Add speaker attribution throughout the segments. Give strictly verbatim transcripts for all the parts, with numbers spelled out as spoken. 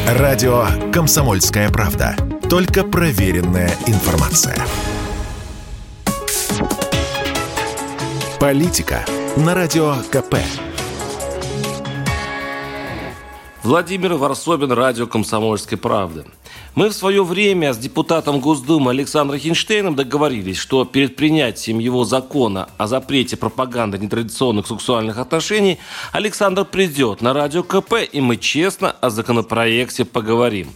Speaker 1: Радио «Комсомольская правда». Только проверенная информация. Политика на Радио КП.
Speaker 2: Владимир Варсобин, радио «Комсомольской правды». Мы в свое время с депутатом Госдумы Александром Хинштейном договорились, что перед принятием его закона о запрете пропаганды нетрадиционных сексуальных отношений Александр придет на радио КП, и мы честно о законопроекте поговорим.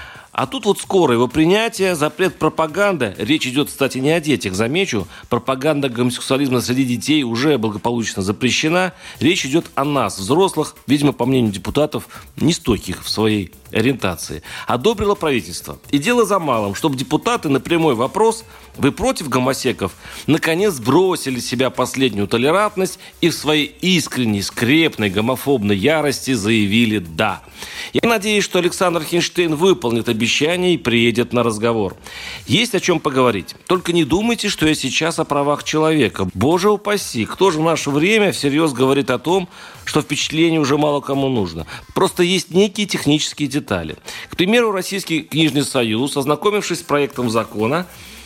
Speaker 2: А тут вот скоро его принятие, запрет пропаганды. Речь идет, кстати, не о детях, замечу. Пропаганда гомосексуализма среди детей уже благополучно запрещена. Речь идет о нас, взрослых, видимо, по мнению депутатов, нестойких в своей ориентации. Одобрило правительство. И дело за малым, чтобы депутаты на прямой вопрос «Вы против гомосеков?» наконец сбросили с себя последнюю толерантность и в своей искренней, скрепной гомофобной ярости заявили «да». Я надеюсь, что Александр Хинштейн выполнит обещание и приедет на разговор. Есть о чем поговорить. Только не думайте, что я сейчас о правах человека. Боже упаси, кто же в наше время всерьез говорит о том, что впечатление уже мало кому нужно. Просто есть некие технические детали. К примеру, Российский книжный союз, ознакомившись с проектом закона,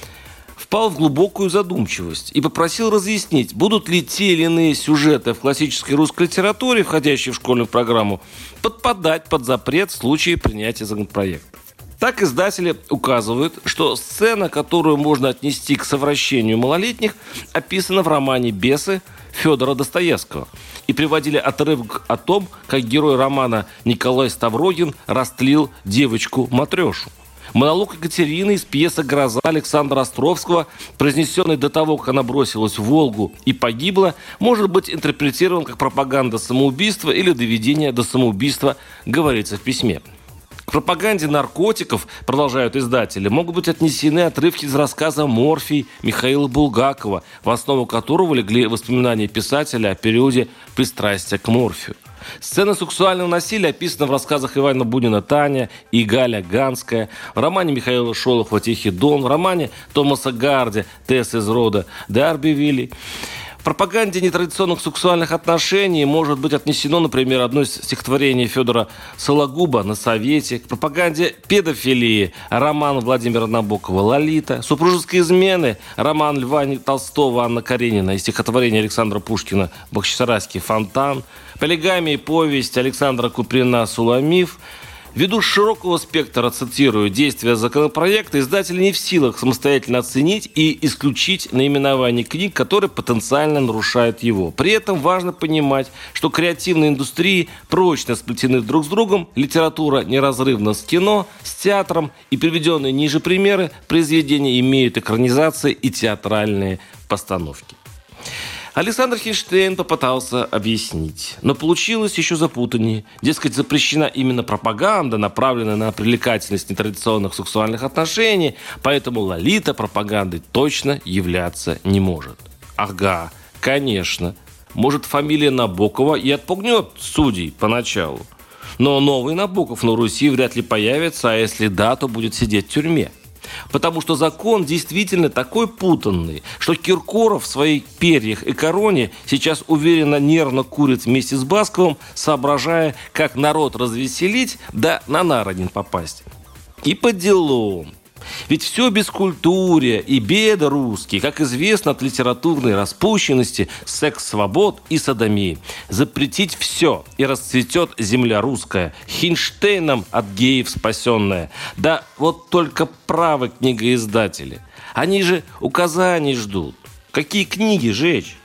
Speaker 2: впал в глубокую задумчивость и попросил разъяснить, будут ли те или иные сюжеты в классической русской литературе, входящие в школьную программу, подпадать под запрет в случае принятия законопроекта. Так издатели указывают, что сцена, которую можно отнести к совращению малолетних, описана в романе «Бесы» Федора Достоевского. И приводили отрывок о том, как герой романа Николай Ставрогин растлил девочку-матрешу. Монолог Екатерины из пьесы «Гроза» Александра Островского, произнесенный до того, как она бросилась в Волгу и погибла, может быть интерпретирован как пропаганда самоубийства или доведение до самоубийства, говорится в письме. К пропаганде наркотиков, продолжают издатели, могут быть отнесены отрывки из рассказа «Морфий» Михаила Булгакова, в основу которого легли воспоминания писателя о периоде пристрастия к морфию. Сцена сексуального насилия описана в рассказах Ивана Бунина «Таня» и Галя Ганская, в романе Михаила Шолохова «Тихий дон», в романе Томаса Гарди «Тесс из рода Дарбивилли». В пропаганде нетрадиционных сексуальных отношений может быть отнесено, например, одно из стихотворений Федора Сологуба «На совете», к пропаганде педофилии роман Владимира Набокова «Лолита», супружеской измены роман Льва Толстого «Анна Каренина» и стихотворение Александра Пушкина «Бахчисарайский фонтан», полигамии повесть Александра Куприна «Суламиф». Ввиду широкого спектра, цитирую, действия законопроекта, издатели не в силах самостоятельно оценить и исключить наименование книг, которые потенциально нарушают его. При этом важно понимать, что креативные индустрии прочно сплетены друг с другом, литература неразрывна с кино, с театром, и приведенные ниже примеры произведения имеют экранизации и театральные постановки. Александр Хинштейн попытался объяснить, но получилось еще запутаннее. Дескать, запрещена именно пропаганда, направленная на привлекательность нетрадиционных сексуальных отношений, поэтому «Лолита» пропагандой точно являться не может. Ага, конечно. Может, фамилия Набокова и отпугнет судей поначалу. Но новый Набоков на Руси вряд ли появится, а если да, то будет сидеть в тюрьме. Потому что закон действительно такой путанный, что Киркоров в своих перьях и короне сейчас уверенно нервно курит вместе с Басковым, соображая, как народ развеселить, да на Народин попасть. И по делам. Ведь все бескультурие и беда русские, как известно, от литературной распущенности, секс-свобод и содомии. Запретить все, и расцветет земля русская, Хинштейном от геев спасенная. Да вот только правы книгоиздатели. Они же указаний ждут. Какие книги жечь?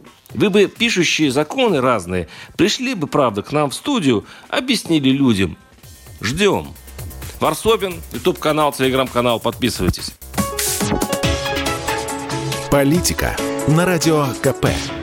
Speaker 2: Вы бы, пишущие законы разные, пришли бы, правда, к нам в студию, объяснили людям. Ждем. Варсобин, ютуб-канал, телеграм-канал. Подписывайтесь.
Speaker 1: Политика на Радио КП.